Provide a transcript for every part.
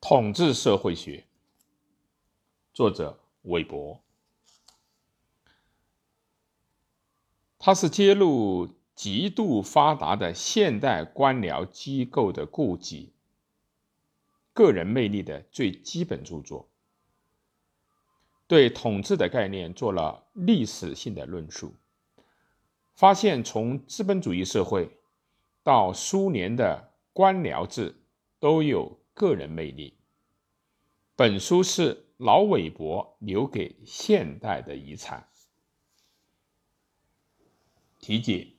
统治社会学，作者韦伯。他是揭露极度发达的现代官僚机构的顾忌、个人魅力的最基本著作，对统治的概念做了历史性的论述，发现从资本主义社会到苏联的官僚制都有个人魅力。本书是老韦伯留给现代的遗产。题解：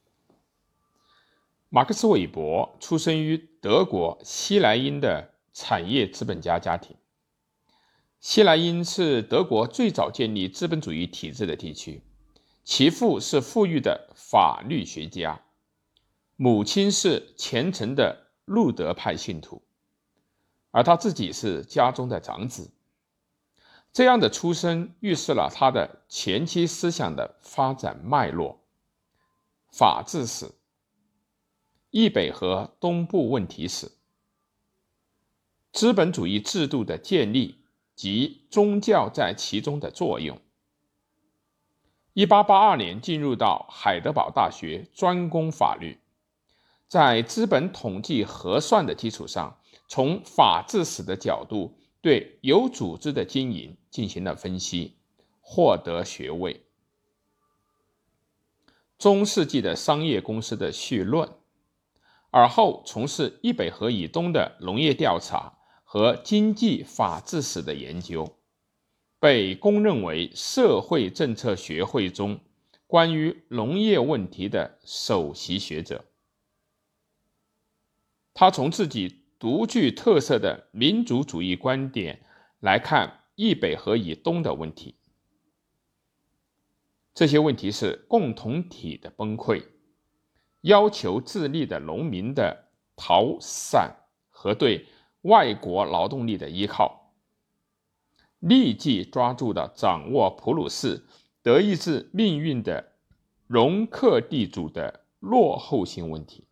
马克思·韦伯出生于德国西莱茵的产业资本家家庭。西莱茵是德国最早建立资本主义体制的地区，其父是富裕的法律学家，母亲是虔诚的路德派信徒，而他自己是家中的长子。这样的出身预示了他的前期思想的发展脉络。法治史、易北河东部问题史、资本主义制度的建立及宗教在其中的作用。1882年进入到海德堡大学专攻法律，在资本统计核算的基础上，从法治史的角度对有组织的经营进行了分析，获得学位。中世纪的商业公司的绪论，而后从事易北河以东的农业调查和经济法治史的研究，被公认为社会政策学会中关于农业问题的首席学者。他从自己独具特色的民族主义观点来看易北河以东的问题。这些问题是共同体的崩溃，要求自立的农民的逃散和对外国劳动力的依靠，立即抓住了掌握普鲁士德意志命运的容克地主的落后性问题。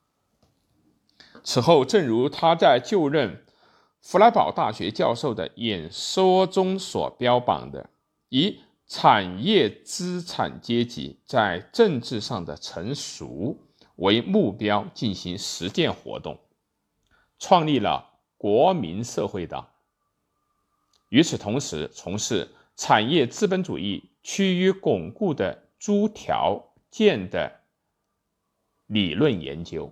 此后，正如他在就任弗莱堡大学教授的演说中所标榜的，以产业资产阶级在政治上的成熟为目标进行实践活动，创立了国民社会党。与此同时，从事产业资本主义趋于巩固的诸条件的理论研究。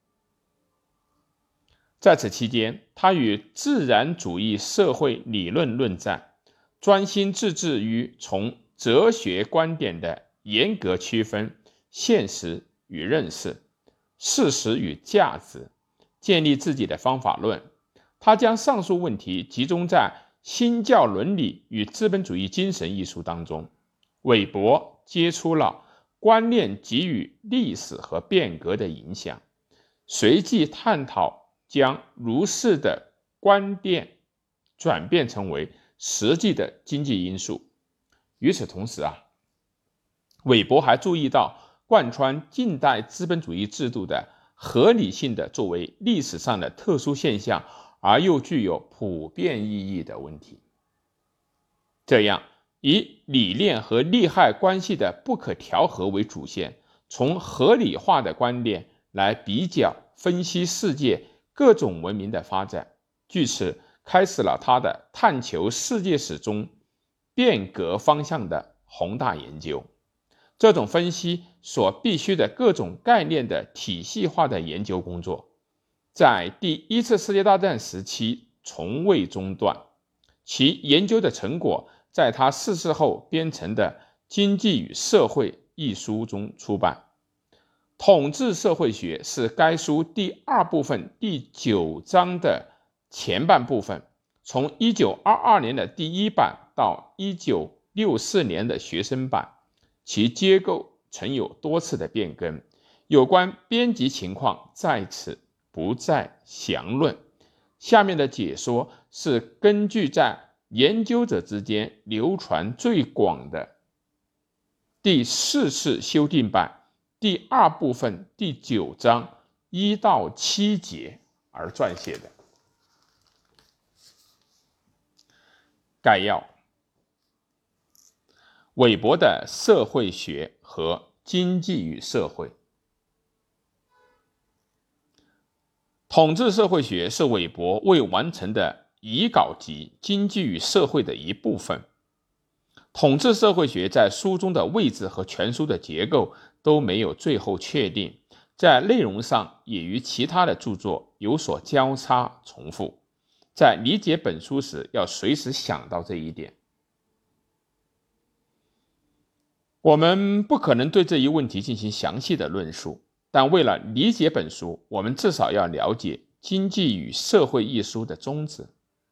在此期间，他与自然主义社会理论论战，专心致志于从哲学观点的严格区分现实与认识、事实与价值，建立自己的方法论。他将上述问题集中在《新教伦理与资本主义精神》一书当中。韦伯接触了观念给予历史和变革的影响，随即探讨将如是的观点转变成为实际的经济因素。与此同时韦伯还注意到贯穿近代资本主义制度的合理性的作为历史上的特殊现象而又具有普遍意义的问题。这样，以理念和利害关系的不可调和为主线，从合理化的观点来比较分析世界各种文明的发展，据此开始了他的探求世界史中变革方向的宏大研究。这种分析所必须的各种概念的体系化的研究工作，在第一次世界大战时期从未中断，其研究的成果在他逝世后编成的《经济与社会》一书中出版。统治社会学是该书第二部分第9章的前半部分，从1922年的第一版到1964年的学生版，其结构曾有多次的变更，有关编辑情况在此不再详论。下面的解说是根据在研究者之间流传最广的第4次修订版第二部分第9章1到7节而撰写的。 概要。韦伯的社会学和经济与社会。统治社会学是韦伯未完成的遗稿集《经济与社会》的一部分。统治社会学在书中的位置和全书的结构都没有最后确定，在内容上也与其他的著作有所交叉重复。在理解本书时，要随时想到这一点。我们不可能对这一问题进行详细的论述，但为了理解本书，我们至少要了解《经济与社会》一书的宗旨。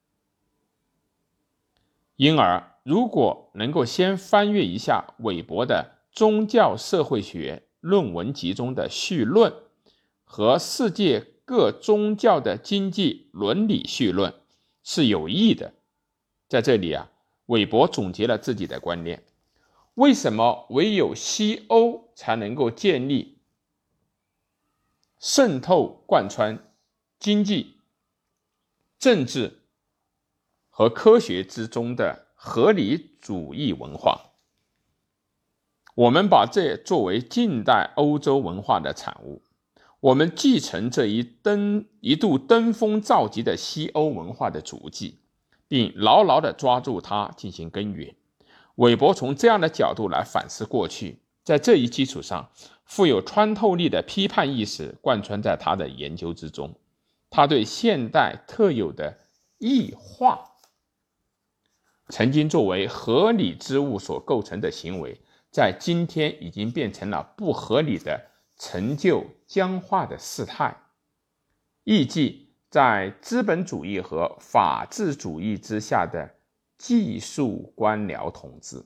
因而，如果能够先翻阅一下韦伯的《宗教社会学论文集》中的序论和世界各宗教的经济伦理序论，是有益的。在这里韦伯总结了自己的观念：为什么唯有西欧才能够建立渗透贯穿经济、政治和科学之中的合理主义文化？我们把这作为近代欧洲文化的产物，我们继承这一度登峰造极的西欧文化的足迹，并牢牢地抓住它进行根源。韦伯从这样的角度来反思过去，在这一基础上，富有穿透力的批判意识贯穿在他的研究之中。他对现代特有的异化，曾经作为合理之物所构成的行为，在今天已经变成了不合理的陈旧僵化的事态，亦即在资本主义和法治主义之下的技术官僚统治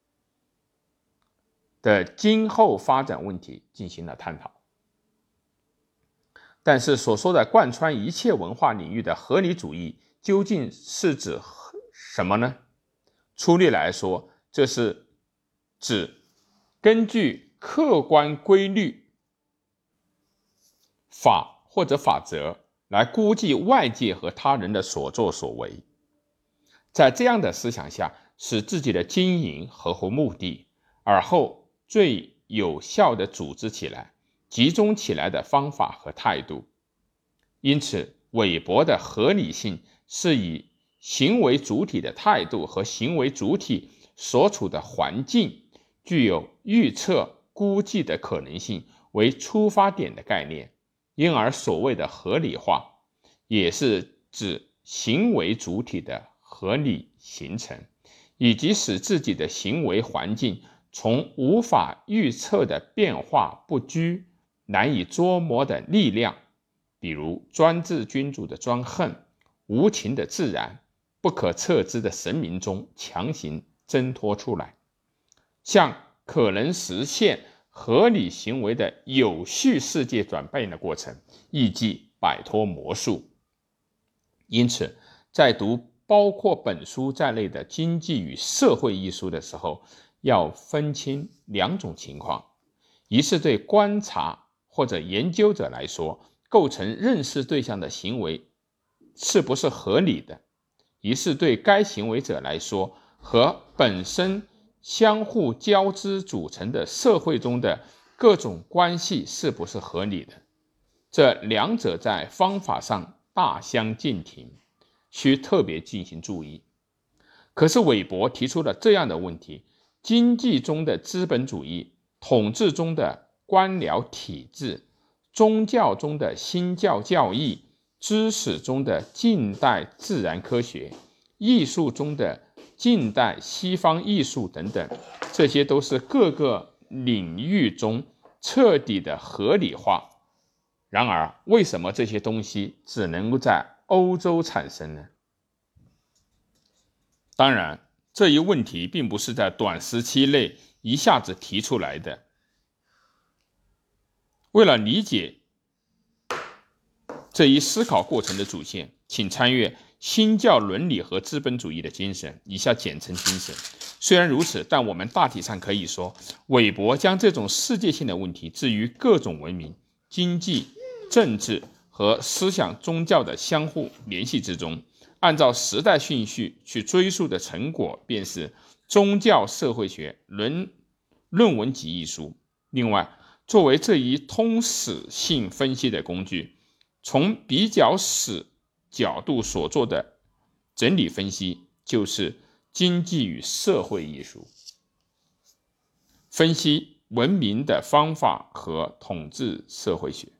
的今后发展问题进行了探讨。但是所说的贯穿一切文化领域的合理主义究竟是指什么呢？粗略来说，这是指根据客观规律、法或者法则来估计外界和他人的所作所为，在这样的思想下，使自己的经营合乎目的，而后最有效地组织起来、集中起来的方法和态度。因此，韦伯的合理性是以行为主体的态度和行为主体所处的环境具有预测估计的可能性为出发点的概念。因而所谓的合理化，也是指行为主体的合理形成，以及使自己的行为环境从无法预测的变化不居、难以捉摸的力量，比如专制君主的专横、无情的自然、不可测知的神明中强行挣脱出来，向可能实现合理行为的有序世界转变的过程，亦即摆脱魔术。因此，在读包括本书在内的《经济与社会》一书的时候，要分清两种情况：一是对观察或者研究者来说，构成认识对象的行为是不是合理的；一是对该行为者来说，和本身相互交织组成的社会中的各种关系是不是合理的。这两者在方法上大相径庭，需特别进行注意。可是韦伯提出了这样的问题：经济中的资本主义、统治中的官僚体制、宗教中的新教教义、知识中的近代自然科学、艺术中的近代西方艺术等等，这些都是各个领域中彻底的合理化。然而，为什么这些东西只能够在欧洲产生呢？当然，这一问题并不是在短时期内一下子提出来的。为了理解这一思考过程的主线，请参阅《新教伦理和资本主义的精神》，以下简称精神。虽然如此，但我们大体上可以说，韦伯将这种世界性的问题置于各种文明、经济、政治和思想宗教的相互联系之中， 按照时代顺序去追溯的成果，便是《宗教社会学论文集》一书。另外，作为这一通史性分析的工具，从比较史角度所做的整理分析，就是《经济与社会》一书，分析文明的方法和统治社会学。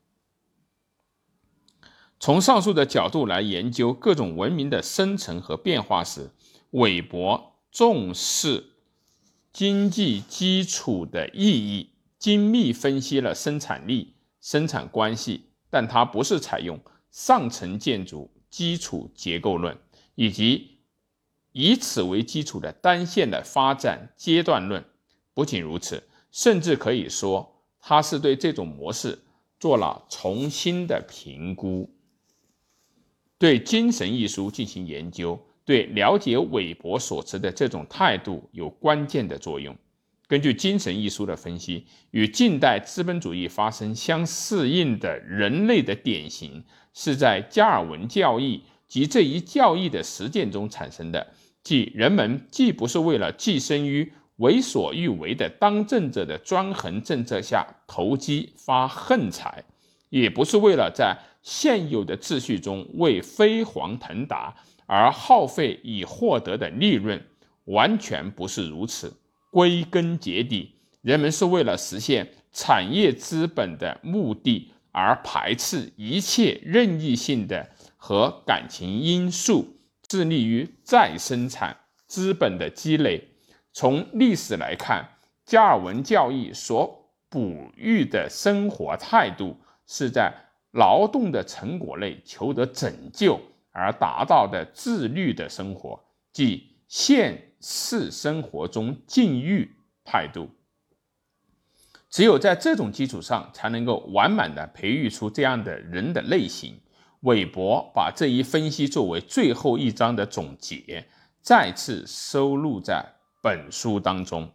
从上述的角度来研究各种文明的生成和变化时，韦伯重视经济基础的意义，精密分析了生产力、生产关系，但他不是采用上层建筑基础结构论以及以此为基础的单线的发展阶段论。不仅如此，甚至可以说他是对这种模式做了重新的评估。对精神一书进行研究，对了解韦伯所持的这种态度有关键的作用。根据精神一书的分析，与近代资本主义发生相适应的人类的典型，是在加尔文教义及这一教义的实践中产生的，即人们既不是为了寄生于为所欲为的当政者的专横政策下投机发横财，也不是为了在现有的秩序中为飞黄腾达而耗费以获得的利润，完全不是如此。归根结底，人们是为了实现产业资本的目的而排斥一切任意性的和感情因素，致力于再生产资本的积累。从历史来看，加尔文教义所哺育的生活态度，是在劳动的成果内求得拯救而达到的自律的生活，即现世生活中禁欲态度。只有在这种基础上，才能够完满地培育出这样的人的类型。韦伯把这一分析作为最后一章的总结，再次收录在本书当中。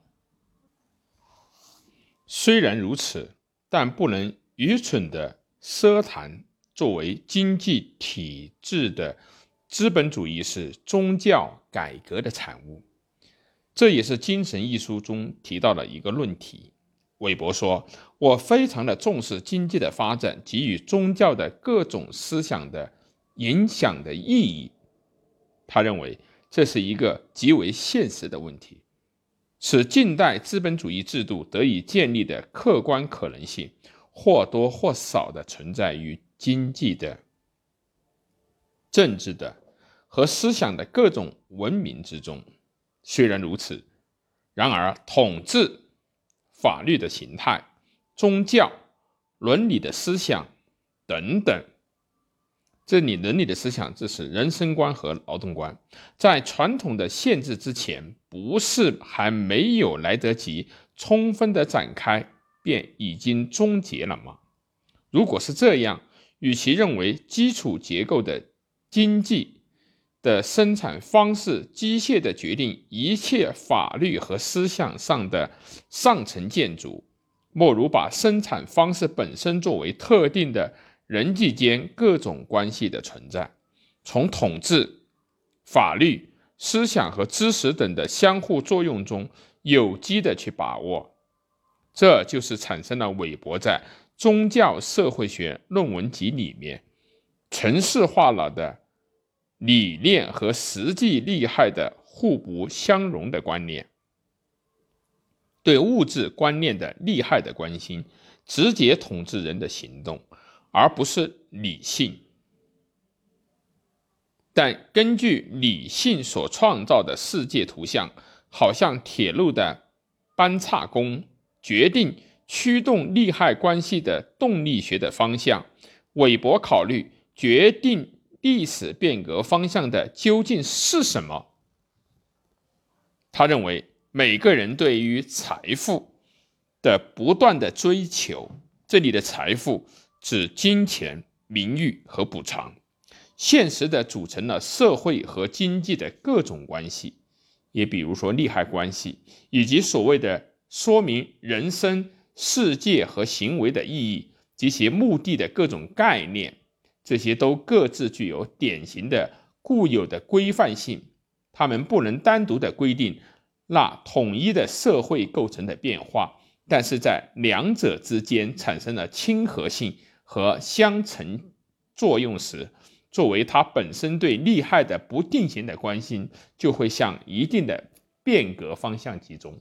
虽然如此，但不能愚蠢地奢谈作为经济体制的资本主义是宗教改革的产物。这也是精神一书中提到的一个论题。韦伯说，我非常的重视经济的发展给予宗教的各种思想的影响的意义。他认为这是一个极为现实的问题，使近代资本主义制度得以建立的客观可能性，或多或少的存在于经济的、政治的和思想的各种文明之中。虽然如此，然而统治、法律的形态、宗教、伦理的思想等等，这里伦理的思想指人生观和劳动观，在传统的限制之前，不是还没有来得及充分的展开，便已经终结了吗？如果是这样，与其认为基础结构的经济的生产方式机械地决定一切法律和思想上的上层建筑，莫如把生产方式本身作为特定的人际间各种关系的存在，从统治、法律、思想和知识等的相互作用中有机地去把握。这就是产生了韦伯在《宗教社会学论文集》里面程式化了的理念和实际利害的互不相容的观念，对物质观念的利害的关心，直接统治人的行动，而不是理性。但根据理性所创造的世界图像，好像铁路的班岔工，决定驱动利害关系的动力学的方向。韦伯考虑决定历史变革方向的究竟是什么？他认为每个人对于财富的不断的追求，这里的财富指金钱、名誉和补偿，现实的组成了社会和经济的各种关系，也比如说利害关系，以及所谓的说明人生、世界和行为的意义及其目的的各种概念，这些都各自具有典型的固有的规范性，它们不能单独的规定那统一的社会构成的变化，但是在两者之间产生了亲和性和相乘作用时，作为它本身对利害的不定型的关心，就会向一定的变革方向集中。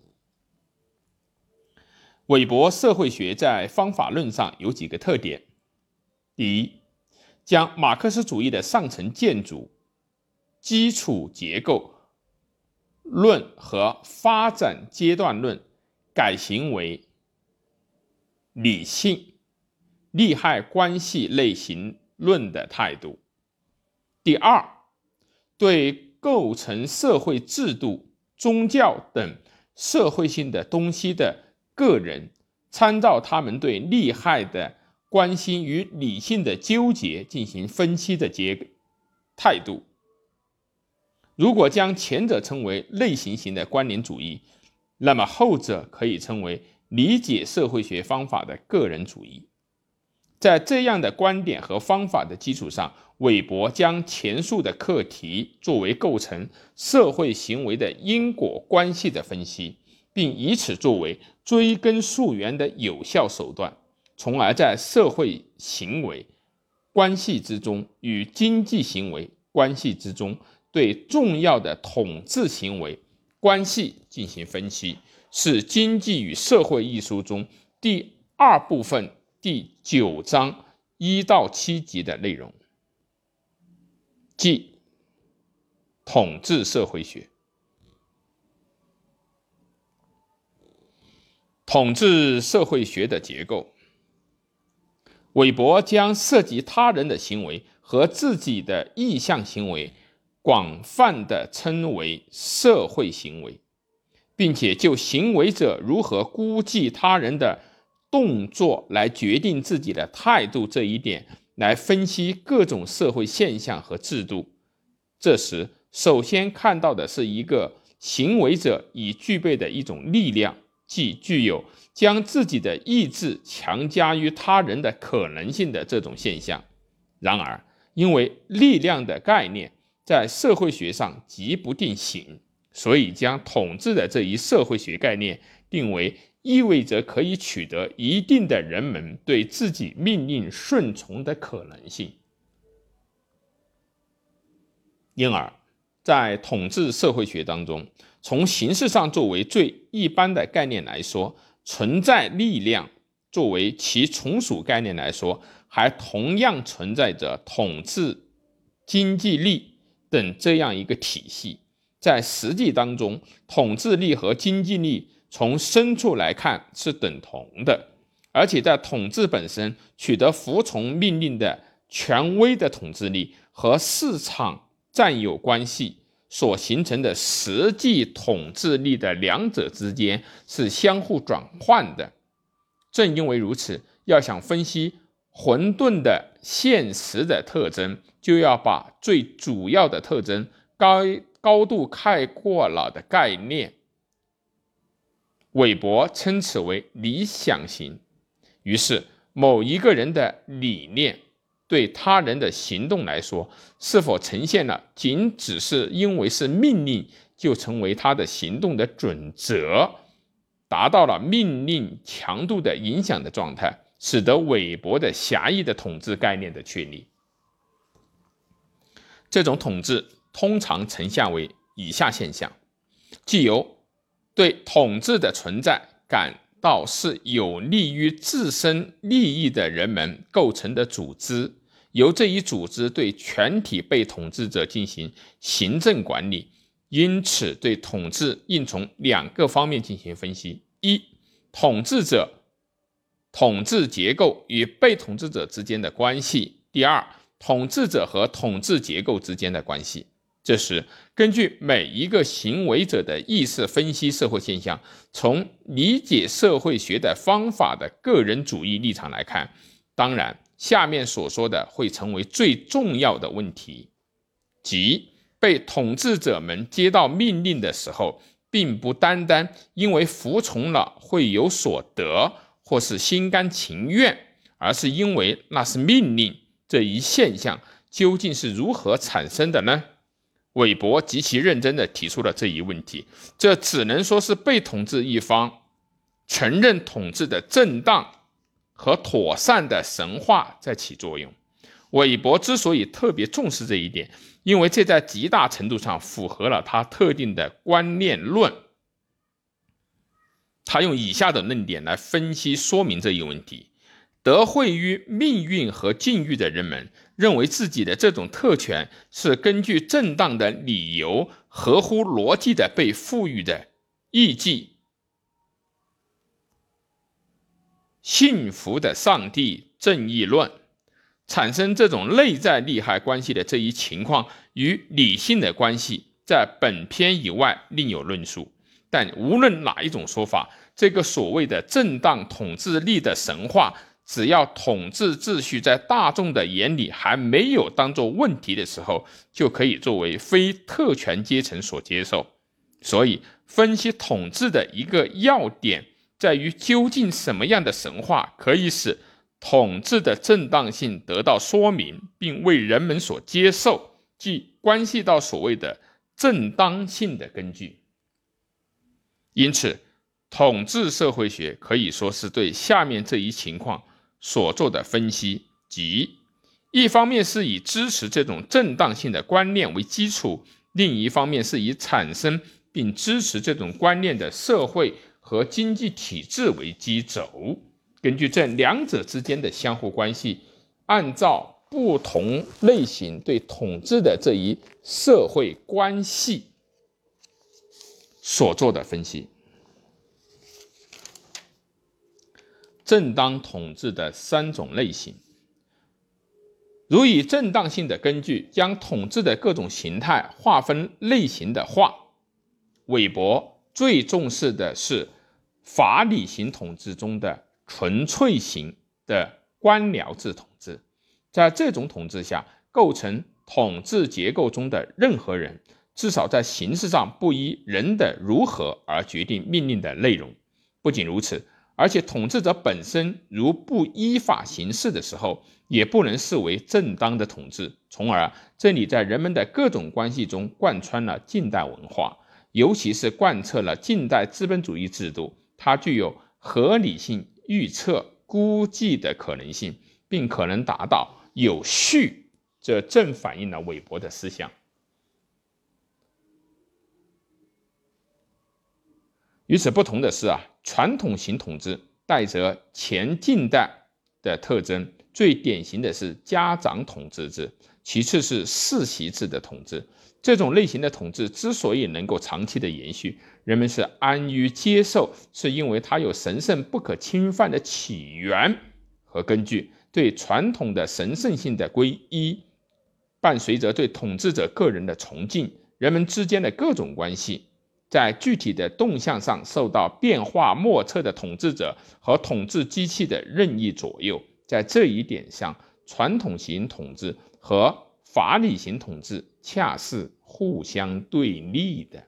韦伯社会学在方法论上有几个特点。第一，将马克思主义的上层建筑、基础结构论和发展阶段论改型为理性利害关系类型论的态度。第二，对构成社会制度、宗教等社会性的东西的个人，参照他们对利害的关心与理性的纠结进行分析的态度。如果将前者称为类型型的关联主义，那么后者可以称为理解社会学方法的个人主义。在这样的观点和方法的基础上，韦伯将前述的课题作为构成社会行为的因果关系的分析，并以此作为追根溯源的有效手段，从而在社会行为关系之中与经济行为关系之中对重要的统治行为关系进行分析，是《经济与社会》一书中第二部分第9章1到7节的内容，即统治社会学。统治社会学的结构，韦伯将涉及他人的行为和自己的意向行为广泛地称为社会行为，并且就行为者如何估计他人的动作来决定自己的态度这一点来分析各种社会现象和制度。这时首先看到的是一个行为者已具备的一种力量，即具有将自己的意志强加于他人的可能性的这种现象。然而因为力量的概念在社会学上极不定型，所以将统治的这一社会学概念定为意味着可以取得一定的人们对自己命令顺从的可能性。因而在统治社会学当中，从形式上作为最一般的概念来说，存在力量作为其从属概念来说，还同样存在着统治、经济力等这样一个体系。在实际当中，统治力和经济力从深处来看是等同的，而且在统治本身取得服从命令的权威的统治力和市场占有关系所形成的实际统治力的两者之间是相互转换的。正因为如此，要想分析混沌的现实的特征，就要把最主要的特征高度概括了的概念，韦伯称此为理想型。于是某一个人的理念对他人的行动来说，是否呈现了仅只是因为是命令就成为他的行动的准则，达到了命令强度的影响的状态，使得韦伯的狭义的统治概念的确立。这种统治通常呈现为以下现象，即由对统治的存在感到是有利于自身利益的人们构成的组织，由这一组织对全体被统治者进行行政管理。因此对统治应从两个方面进行分析：一、统治者、统治结构与被统治者之间的关系；第二，统治者和统治结构之间的关系。这时根据每一个行为者的意识分析社会现象，从理解社会学的方法的个人主义立场来看，当然下面所说的会成为最重要的问题，即被统治者们接到命令的时候，并不单单因为服从了会有所得或是心甘情愿，而是因为那是命令这一现象究竟是如何产生的呢？韦伯极其认真地提出了这一问题，这只能说是被统治一方承认统治的正当和妥善的神话在起作用。韦伯之所以特别重视这一点，因为这在极大程度上符合了他特定的观念论。他用以下的论点来分析说明这一问题：得惠于命运和境遇的人们认为自己的这种特权是根据正当的理由合乎逻辑的被赋予的意义。幸福的上帝正义论产生这种内在利害关系的这一情况与理性的关系在本篇以外另有论述，但无论哪一种说法，这个所谓的正当统治力的神话，只要统治秩序在大众的眼里还没有当作问题的时候，就可以作为非特权阶层所接受。所以分析统治的一个要点在于究竟什么样的神话可以使统治的正当性得到说明并为人们所接受，即关系到所谓的正当性的根据。因此统治社会学可以说是对下面这一情况所做的分析，即一方面是以支持这种正当性的观念为基础，另一方面是以产生并支持这种观念的社会和经济体制为基轴。根据这两者之间的相互关系，按照不同类型对统治的这一社会关系所做的分析。正当统治的三种类型。如以正当性的根据将统治的各种形态划分类型的话，韦伯最重视的是法理型统治中的纯粹型的官僚制统治。在这种统治下，构成统治结构中的任何人，至少在形式上不依人的如何而决定命令的内容。不仅如此，而且统治者本身如不依法行事的时候，也不能视为正当的统治，从而这里在人们的各种关系中贯穿了近代文化，尤其是贯彻了近代资本主义制度。它具有合理性、预测、估计的可能性，并可能达到有序，这正反映了韦伯的思想。与此不同的是传统型统治带着前近代的特征，最典型的是家长统治制，其次是世袭制的统治。这种类型的统治之所以能够长期的延续，人们是安于接受，是因为它有神圣不可侵犯的起源和根据，对传统的神圣性的皈依，伴随着对统治者个人的崇敬，人们之间的各种关系在具体的动向上受到变化莫测的统治者和统治机器的任意左右。在这一点上，传统型统治和法理型统治恰是互相对立的。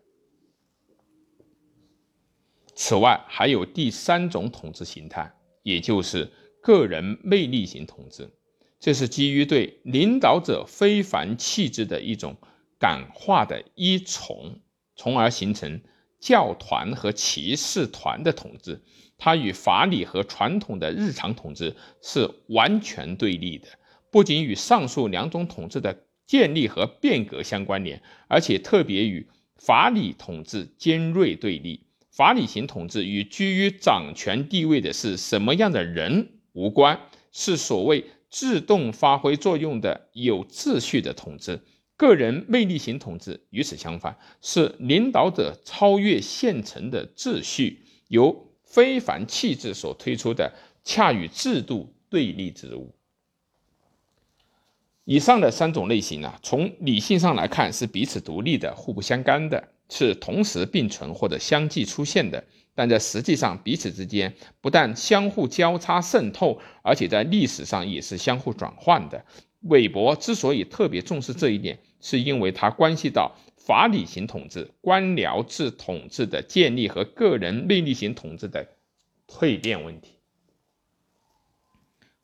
此外，还有第三种统治形态，也就是个人魅力型统治。这是基于对领导者非凡气质的一种感化的依从，从而形成教团和骑士团的统治。它与法理和传统的日常统治是完全对立的，不仅与上述两种统治的建立和变革相关联，而且特别与法理统治尖锐对立。法理型统治与居于掌权地位的是什么样的人无关，是所谓自动发挥作用的有秩序的统治。个人魅力型统治与此相反，是领导者超越现成的秩序，由非凡气质所推出的恰与制度对立之物。以上的三种类型从理性上来看是彼此独立的，互不相干的，是同时并存或者相继出现的，但在实际上彼此之间不但相互交叉渗透，而且在历史上也是相互转换的。韦伯之所以特别重视这一点，是因为它关系到法理型统治、官僚制统治的建立和个人魅力型统治的蜕变问题。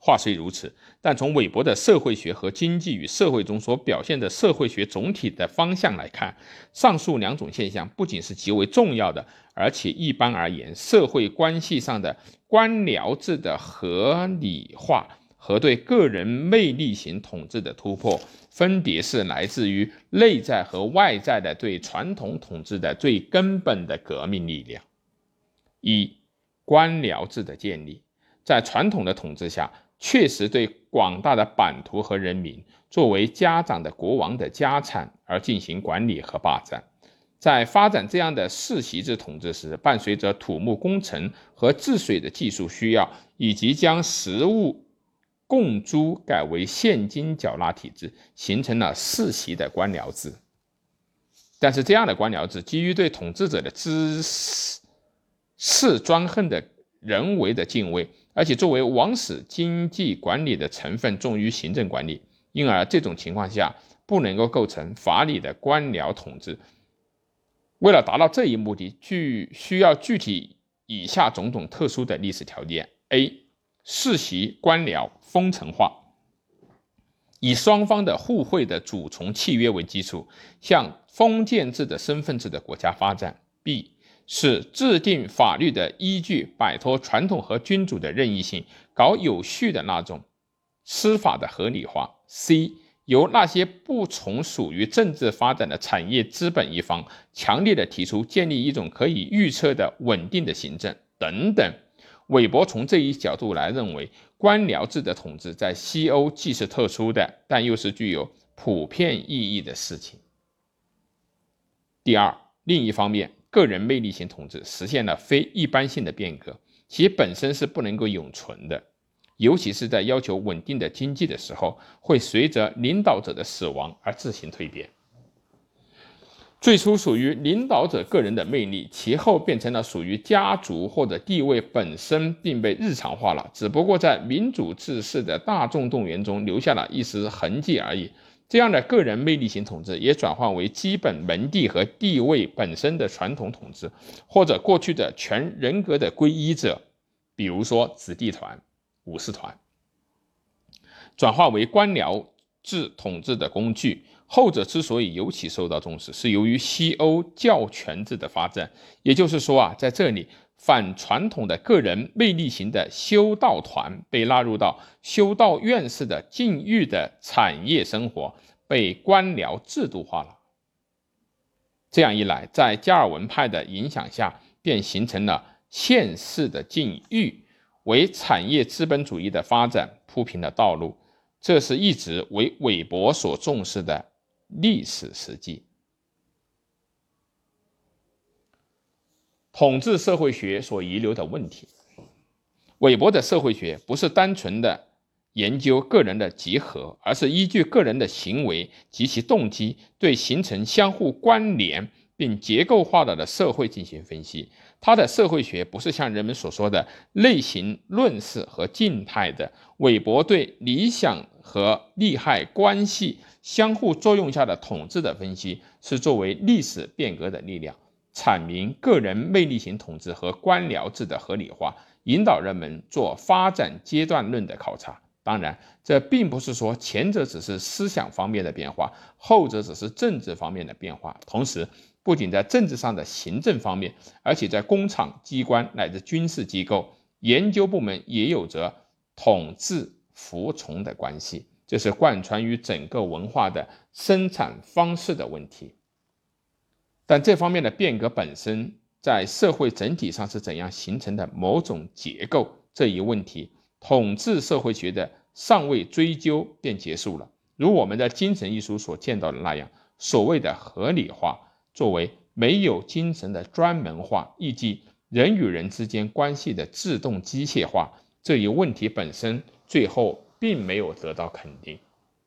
话虽如此，但从韦伯的社会学和经济与社会中所表现的社会学总体的方向来看，上述两种现象不仅是极为重要的，而且一般而言，社会关系上的官僚制的合理化和对个人魅力型统治的突破，分别是来自于内在和外在的对传统统治的最根本的革命力量。一、官僚制的建立。在传统的统治下，确实对广大的版图和人民作为家长的国王的家产而进行管理和霸占。在发展这样的世袭制统治时，伴随着土木工程和治水的技术需要，以及将实物共租改为现金缴纳体制，形成了世袭的官僚制。但是这样的官僚制基于对统治者的知识专横的人为的敬畏，而且作为王室经济管理的成分重于行政管理，因而这种情况下不能够构成法理的官僚统治。为了达到这一目的，需要具体以下种种特殊的历史条件。 A. 世袭官僚封城化，以双方的互惠的主从契约为基础，向封建制的身份制的国家发展。 B. 是制定法律的依据，摆脱传统和君主的任意性，搞有序的那种司法的合理化。 C. 由那些不从属于政治发展的产业资本一方强烈的提出建立一种可以预测的稳定的行政等等。韦伯从这一角度来认为，官僚制的统治在西欧既是特殊的，但又是具有普遍意义的事情。第二，另一方面，个人魅力型统治实现了非一般性的变革，其本身是不能够永存的，尤其是在要求稳定的经济的时候，会随着领导者的死亡而自行蜕变。最初属于领导者个人的魅力，其后变成了属于家族或者地位本身，并被日常化了，只不过在民主制式的大众动员中留下了一丝痕迹而已。这样的个人魅力型统治也转换为基本门第和地位本身的传统统治，或者过去的全人格的皈依者，比如说子弟团、武士团，转化为官僚制统治的工具。后者之所以尤其受到重视，是由于西欧教权制的发展。也就是说在这里反传统的个人魅力型的修道团被纳入到修道院式的禁欲的产业生活，被官僚制度化了。这样一来，在加尔文派的影响下，便形成了现世的禁欲，为产业资本主义的发展铺平了道路。这是一直为韦伯所重视的历史实际。统治社会学所遗留的问题。韦伯的社会学不是单纯的研究个人的集合，而是依据个人的行为及其动机，对形成相互关联并结构化的社会进行分析。他的社会学不是像人们所说的类型论式和静态的。韦伯对理想和利害关系相互作用下的统治的分析，是作为历史变革的力量，阐明个人魅力型统治和官僚制的合理化，引导人们做发展阶段论的考察。当然，这并不是说前者只是思想方面的变化，后者只是政治方面的变化。同时，不仅在政治上的行政方面，而且在工厂、机关乃至军事机构、研究部门也有着统治服从的关系，这是贯穿于整个文化的生产方式的问题。但这方面的变革本身在社会整体上是怎样形成的某种结构，这一问题统治社会学的尚未追究便结束了。如我们在精神一书所见到的那样，所谓的合理化作为没有精神的专门化，亦即人与人之间关系的自动机械化，这一问题本身最后并没有得到肯定。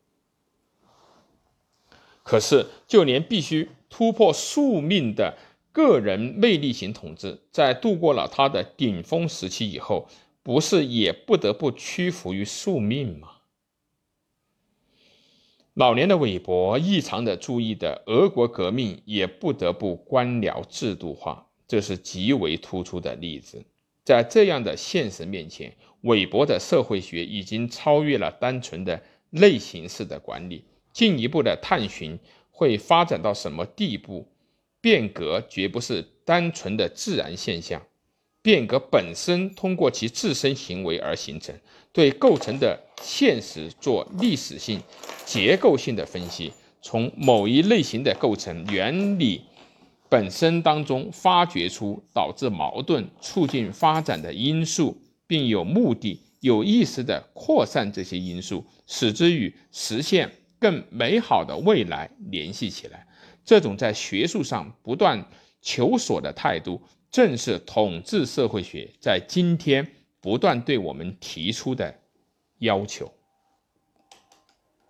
可是就连必须突破宿命的个人魅力型统治，在度过了它的顶峰时期以后，不是也不得不屈服于宿命吗？老年的韦伯异常的注意的俄国革命也不得不官僚制度化，这是极为突出的例子。在这样的现实面前， 韦伯的社会学已经超越了单纯的类型式的管理，进一步的探寻会发展到什么地步。变革绝不是单纯的自然现象，变革本身通过其自身行为而形成，对构成的现实做历史性、结构性的分析，从某一类型的构成原理本身当中发掘出导致矛盾、促进发展的因素，并有目的、有意识地扩散这些因素，使之与实现更美好的未来联系起来。这种在学术上不断求索的态度，正是统治社会学在今天不断对我们提出的要求。